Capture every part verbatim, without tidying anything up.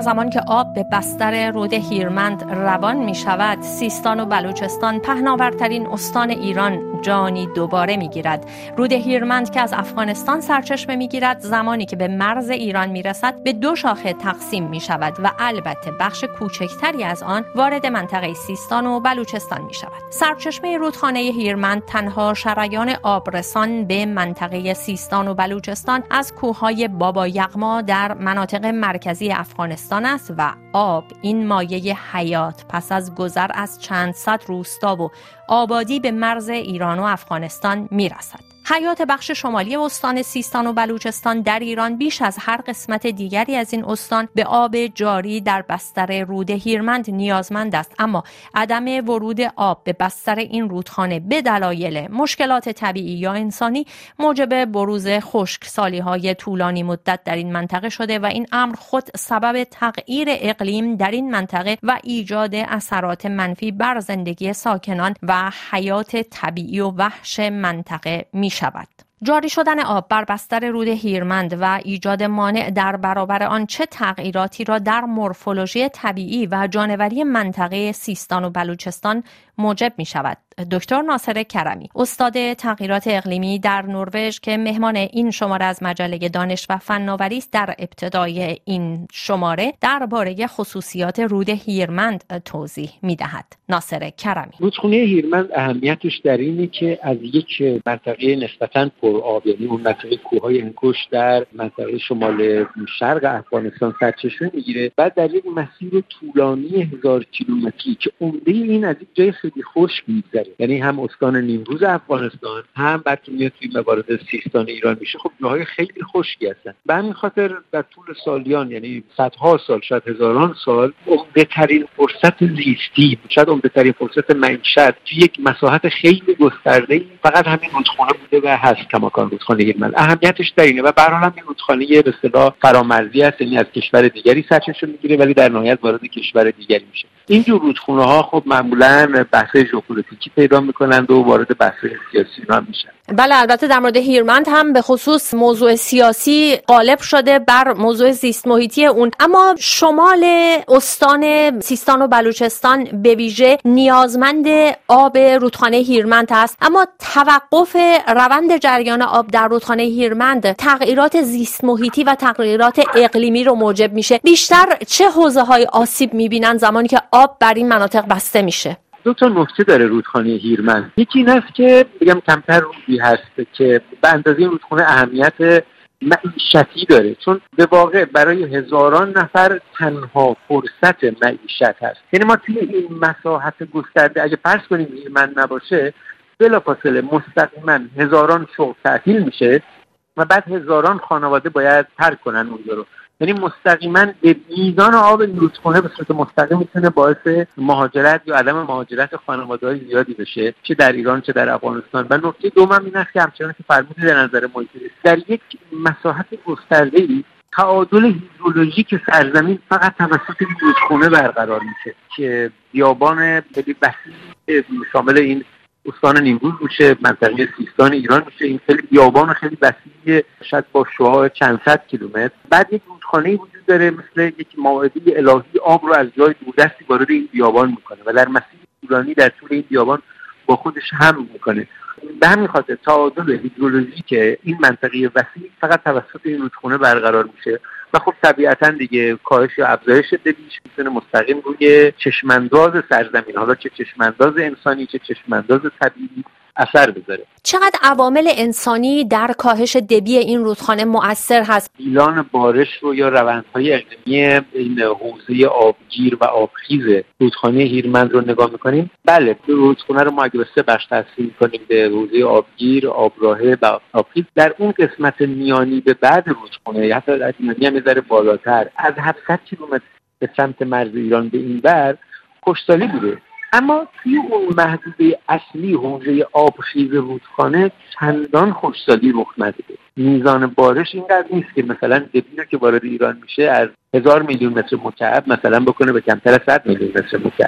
زمان که آب به بستر رود هیرمند روان می شود، سیستان و بلوچستان پهناورترین استان ایران جانی دوباره می گیرد. رود هیرمند که از افغانستان سرچشمه می گیرد، زمانی که به مرز ایران می رسد به دو شاخه تقسیم می شود و البته بخش کوچکتری از آن وارد منطقه سیستان و بلوچستان می شود. سرچشمه رودخانه هیرمند تنها شریان آبرسان به منطقه سیستان و بلوچستان از کوههای بابا یغما در مناطق مرکزی افغانستان است و آب، این مایه حیات، پس از گذر از چند صد روستا و آبادی به مرز ایران و افغانستان میرسد. حیات بخش شمالی استان سیستان و بلوچستان در ایران بیش از هر قسمت دیگری از این استان به آب جاری در بستر رود هیرمند نیازمند است، اما عدم ورود آب به بستر این رودخانه به دلایل مشکلات طبیعی یا انسانی موجب بروز خشکسالی‌های طولانی مدت در این منطقه شده و این امر خود سبب تغییر اقلیم در این منطقه و ایجاد اثرات منفی بر زندگی ساکنان و حیات طبیعی و وحش منطقه می شود. جاری شدن آب بر بستر رود هیرمند و ایجاد مانع در برابر آن چه تغییراتی را در مورفولوژی طبیعی و جانوری منطقه سیستان و بلوچستان موجب می شود. دکتر ناصر کرمی، استاد تغییرات اقلیمی در نروژ که مهمان این شماره از مجله دانش و فناوری است، در ابتدای این شماره درباره خصوصیات رود هیرمند توضیح می دهد. ناصر کرمی: رودخانه هیرمند اهمیتش در اینه که از یک منطقه نسبتاً پرآب، یعنی اون منطقه کوههای انگشت در منطقه شمال شرق افغانستان سرچشمه میگیره، بعد در یک مسیر طولانی هزار کیلومتری که عمده این از یک جای خیلی خشک میگذره، یعنی هم استان نیمروز افغانستان هم بعد که میاد توی موارد سیستان ایران میشه، خب جاهای خیلی خشکی هستن. به همین خاطر در طول سالیان، یعنی صدها سال، شاید هزاران سال، عمده ترین فرصت زیستی، شاید عمده ترین فرصت معیشت توی یک مساحت خیلی گسترده فقط همین رودخانه بوده و هست. کماکان رودخانه هیرمند اهمیتش در اینه و به هر حال هم این رودخانه به اصطلاح فرامرزی است، یعنی از کشور دیگری سرچشمه میگیره ولی در نهایت وارد کشور دیگری میشه. این جور رودخونه ها خب معمولاً بحث ژئوپلیتیکی پیدا میکنند و وارد بحث سیاسی هم میشن. بله، البته در مورد هیرمند هم به خصوص موضوع سیاسی غالب شده بر موضوع زیست محیطی اون، اما شمال استان سیستان و بلوچستان به ویژه نیازمند آب رودخانه هیرمند است، اما توقف روند جریان آب در رودخانه هیرمند تغییرات زیست محیطی و تغییرات اقلیمی رو موجب میشه. بیشتر چه حوزه‌های آسیب میبینن زمانی که آب بر این مناطق بسته میشه؟ دو تا نکته داره رودخانه هیرمند. یکی این است که بگم کمتر رودی هست که به اندازه رودخانه اهمیت معیشتی داره، چون به واقع برای هزاران نفر تنها فرصت معیشت هست. یعنی ما توی این مساحت گسترده اگه فرض کنیم هیرمند نباشه، بلافاصله مستقیما هزاران شغل تعطیل میشه و بعد هزاران خانواده باید ترک کنن اونجا رو. یعنی مستقیما به میزان آب رودخانه به صورت مستقیم میتونه باعث مهاجرت یا عدم مهاجرت خانواده‌های زیادی بشه، چه در ایران چه در افغانستان. و نکته دوم این است که همچنان که فرمودید در نظر محیط زیست، در یک مساحت گسترده‌ای تعادل هیدرولوژیک سرزمین فقط توسط رودخانه برقرار میشه که بیابان خیلی وسیع شامل این استان نیمروز میشه، منطقه سیستان ایران میشه، این خیلی بیابان خیلی وسیع، شاید با شعاع چند صد کیلومتر. بعد یک رودخانه‌ای وجود داره مثل یک مائده الهی، آب رو از جای دوردستی وارد این بیابان میکنه و در مسیر طولانی در طول این بیابان با خودش حمل میکنه. به همین خاطر تعادل هیدرولوژیک این منطقه وسیع فقط توسط این رودخانه برقرار میشه و خب طبیعتاً دیگه کاهش یا افزایش دلیش میتونه مستقیم روی چشمانداز سرزمین، حالا چه چشمانداز انسانی چه چشمانداز طبیعی، اثر بذاره. چقدر عوامل انسانی در کاهش دبی این رودخانه مؤثر هست؟ میلان بارش رو یا روندهای اقلیمی این حوزه آبگیر و آبخیز رودخانه هیرمند رو نگاه میکنیم، بله رودخانه رو ما اگه به سه بخش تقسیم کنیم، به حوزه آبگیر، آبراهه و آبخیز، در اون قسمت میانی به بعد رودخانه حتی در میانی هم میذاره بالاتر از هفتصد کیلومتر به سمت مرز ایران به این بر خشکسالی بوده. اما توی اون محدوده اصلی حوزه آبخیز رودخانه چندان خشکسالی رخ نداده. میزان بارش اینقدر نیست که مثلا دبی رو که وارد ایران میشه از هزار میلیون متر مکعب مثلا بکنه به کمتر از صد میلیون متر مکعب.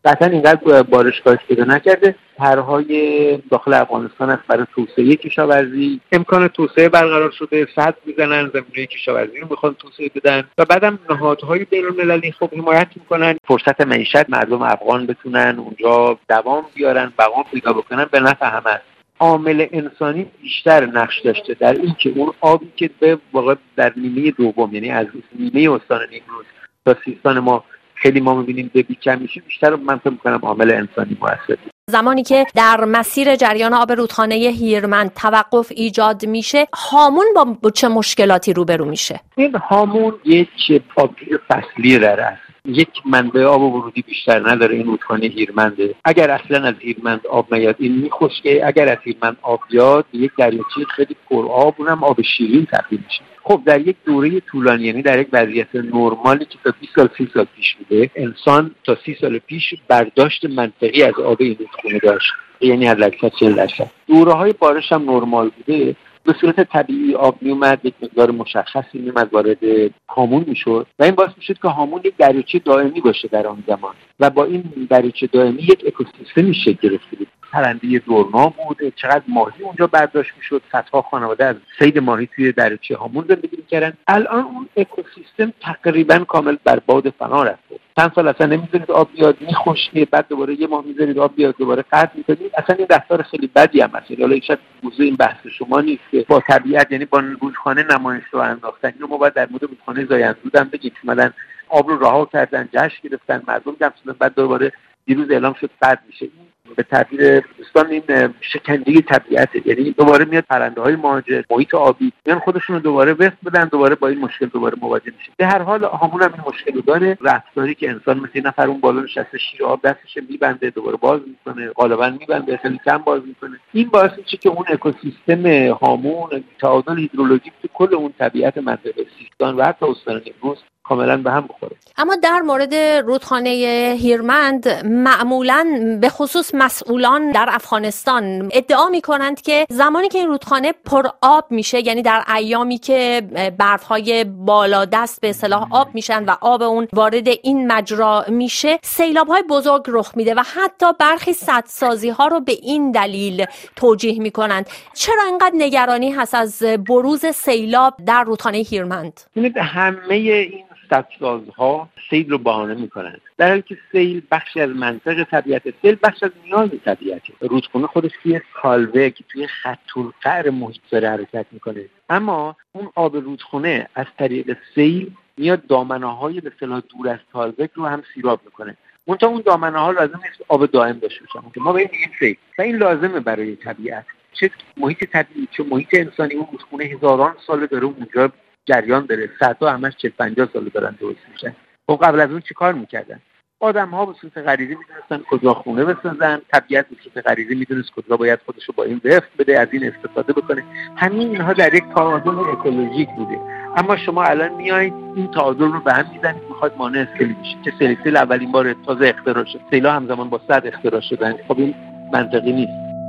قطعا اینقدر بارش کاهش پیدا نکرده. طرحهای داخل افغانستان است برای توسعه کشاورزی، امکان توسعه برقرار شده، سد میزنن، زمینه کشاورزی رو میخوان توسعه بدن و بعدم نهادهای بین‌المللی خب حمایت میکنن، فرصت معیشت مردم افغان بتونن اونجا دوام بیارن، بقا پیدا بکنن، به نفع همه است. عامل انسانی بیشتر نقش داشته در این که اون آبی که به واقع در نیمه دوم، یعنی از نیمه استان نیمروز تا سیستان ما خیلی ما می‌بینیم به بی‌کم میشه، بیشتر من فکر می‌کنم عامل انسانی موثره. زمانی که در مسیر جریان آب رودخانه هیرمند توقف ایجاد میشه، هامون با چه مشکلاتی روبرو میشه؟ این هامون یک آبگیر فصلی داره، یک منبع آب ورودی بیشتر نداره. این رودخانه هیرمنده. اگر اصلا از هیرمند آب نیاد این میخشکه، اگر از هیرمند آب بیاد یک دریاچه خیلی پر آب، اونم آب شیرین تبدیل میشه. خب در یک دوره طولانی، یعنی در یک وضعیت نرمالی که تا بیست سال سی سال پیش بوده، انسان تا سی سال پیش برداشت منطقی از آب این رودخانه داشت، یعنی حداقل چهل درصد. دوره‌های بارش هم نرمال بوده، به صورت طبیعی آب میومد، یک مقدار مشخصی میومد وارد هامون میشد و این باعث میشد که هامون یک دریاچه دائمی باشه در آن زمان و با این دریاچه دائمی یک اکوسیستمی شکل گرفته بود. پرنده دورنا بود، چقدر ماهی اونجا برداشت میشد، صدها خانواده از صید ماهی توی دریاچه هامون زندگی میکردن. الان اون اکوسیستم تقریبا کامل بر باد فنا رفته. چند سال اصلا نمیذارید آب بیاد، میخشکه، بعد دوباره یه ماه میذارید آب بیاد، دوباره قطع میکنید. اصلا این رفتار خیلی بدی هم هست. حالا شاید موضوع این بحث شما نیست که با طبیعت، یعنی با رودخانه نمایش رو انداختن. اینو ما باید در مورد رودخانه زایندرود هم بگیم، اومدن آب رو رها کردن، جشن گرفتن، مردم جمع شدن، بعد دوباره دیروز اعلام شد قطع میشه. به تعبیر دوستان این شکنجه طبیعته، یعنی دوباره میاد پرنده‌های مهاجر، محیط آبی میان خودشون رو دوباره وقت بدن، دوباره با این مشکل دوباره مواجه میشه. به هر حال هامون هم این مشکل داره، رفتاری که انسان مثل نفر اون بالا نشسته شیر آب دستش میبنده، دوباره باز میکنه، غالبا میبنده، خیلی کم باز میکنه. این باعث میشه که اون اکوسیستم هامون، تعادل هیدرولوژیک تو کل اون طبیعت منطقه سیستان و حتی استان نیمروز کاملا به هم بخوره. اما در مورد رودخانه هیرمند معمولاً به خصوص مسئولان در افغانستان ادعا می‌کنند که زمانی که این رودخانه پر آب میشه، یعنی در ایامی که برف‌های بالادست به اصطلاح آب میشن و آب اون وارد این مجرا میشه، سیلاب‌های بزرگ رخ میده و حتی برخی سدسازی‌ها رو به این دلیل توجیه می‌کنند. چرا اینقدر نگرانی هست از بروز سیلاب در رودخانه هیرمند؟ ببینید همه این سدسازها سیل رو بهانه میکنن، در حالی که سیل بخشی از منطق طبیعت، سیل بخش از نیاز طبیعته. رودخانه خودش توی کالوه که توی خط طول‌فر محیط داره حرکت میکنه، اما اون آب رودخانه از طریق سیل میاد دامنه‌های به اصطلاح دور از کالوه رو هم سیراب میکنه. منتها اون دامنه‌ها لازم نیست آب دائم داشته باشن که ما بهش میگیم سیل و این لازمه برای طبیعت، چه محیط طبیعی چه محیط انسانی. اون رودخانه هزاران سال داره اونجا جریان داره، صدها همش چهل پنجاه سال دارن درست میشن. خب قبل از اون چیکار میکردن؟ آدم‌ها به صورت غریزی میدونستن کجا خونه بسازن، طبیعت به صورت غریزی میدونست کجا باید خودشو با این وقت بده، از این استفاده بکنه. همین اینها در یک تعادل اکولوژیک بوده. اما شما الان میایید این تعادل رو به هم میزنید، میخواد مانع سیل بشه. چه سیل سیل اولین بار تازه اختراع شد، سیل‌ها همزمان با سد اختراع شدن. خب این منطقی نیست.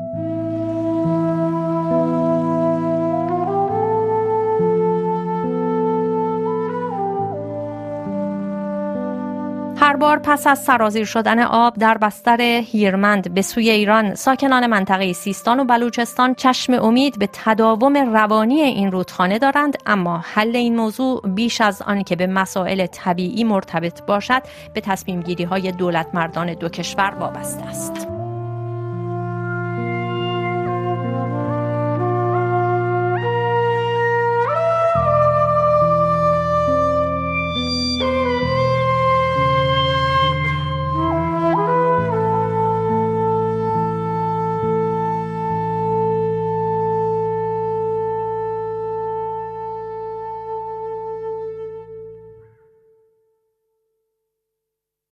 هر بار پس از سرازیر شدن آب در بستر هیرمند به سوی ایران، ساکنان منطقه سیستان و بلوچستان چشم امید به تداوم روانی این رودخانه دارند، اما حل این موضوع بیش از آن که به مسائل طبیعی مرتبط باشد، به تصمیم گیری های دولت مردان دو کشور وابسته است.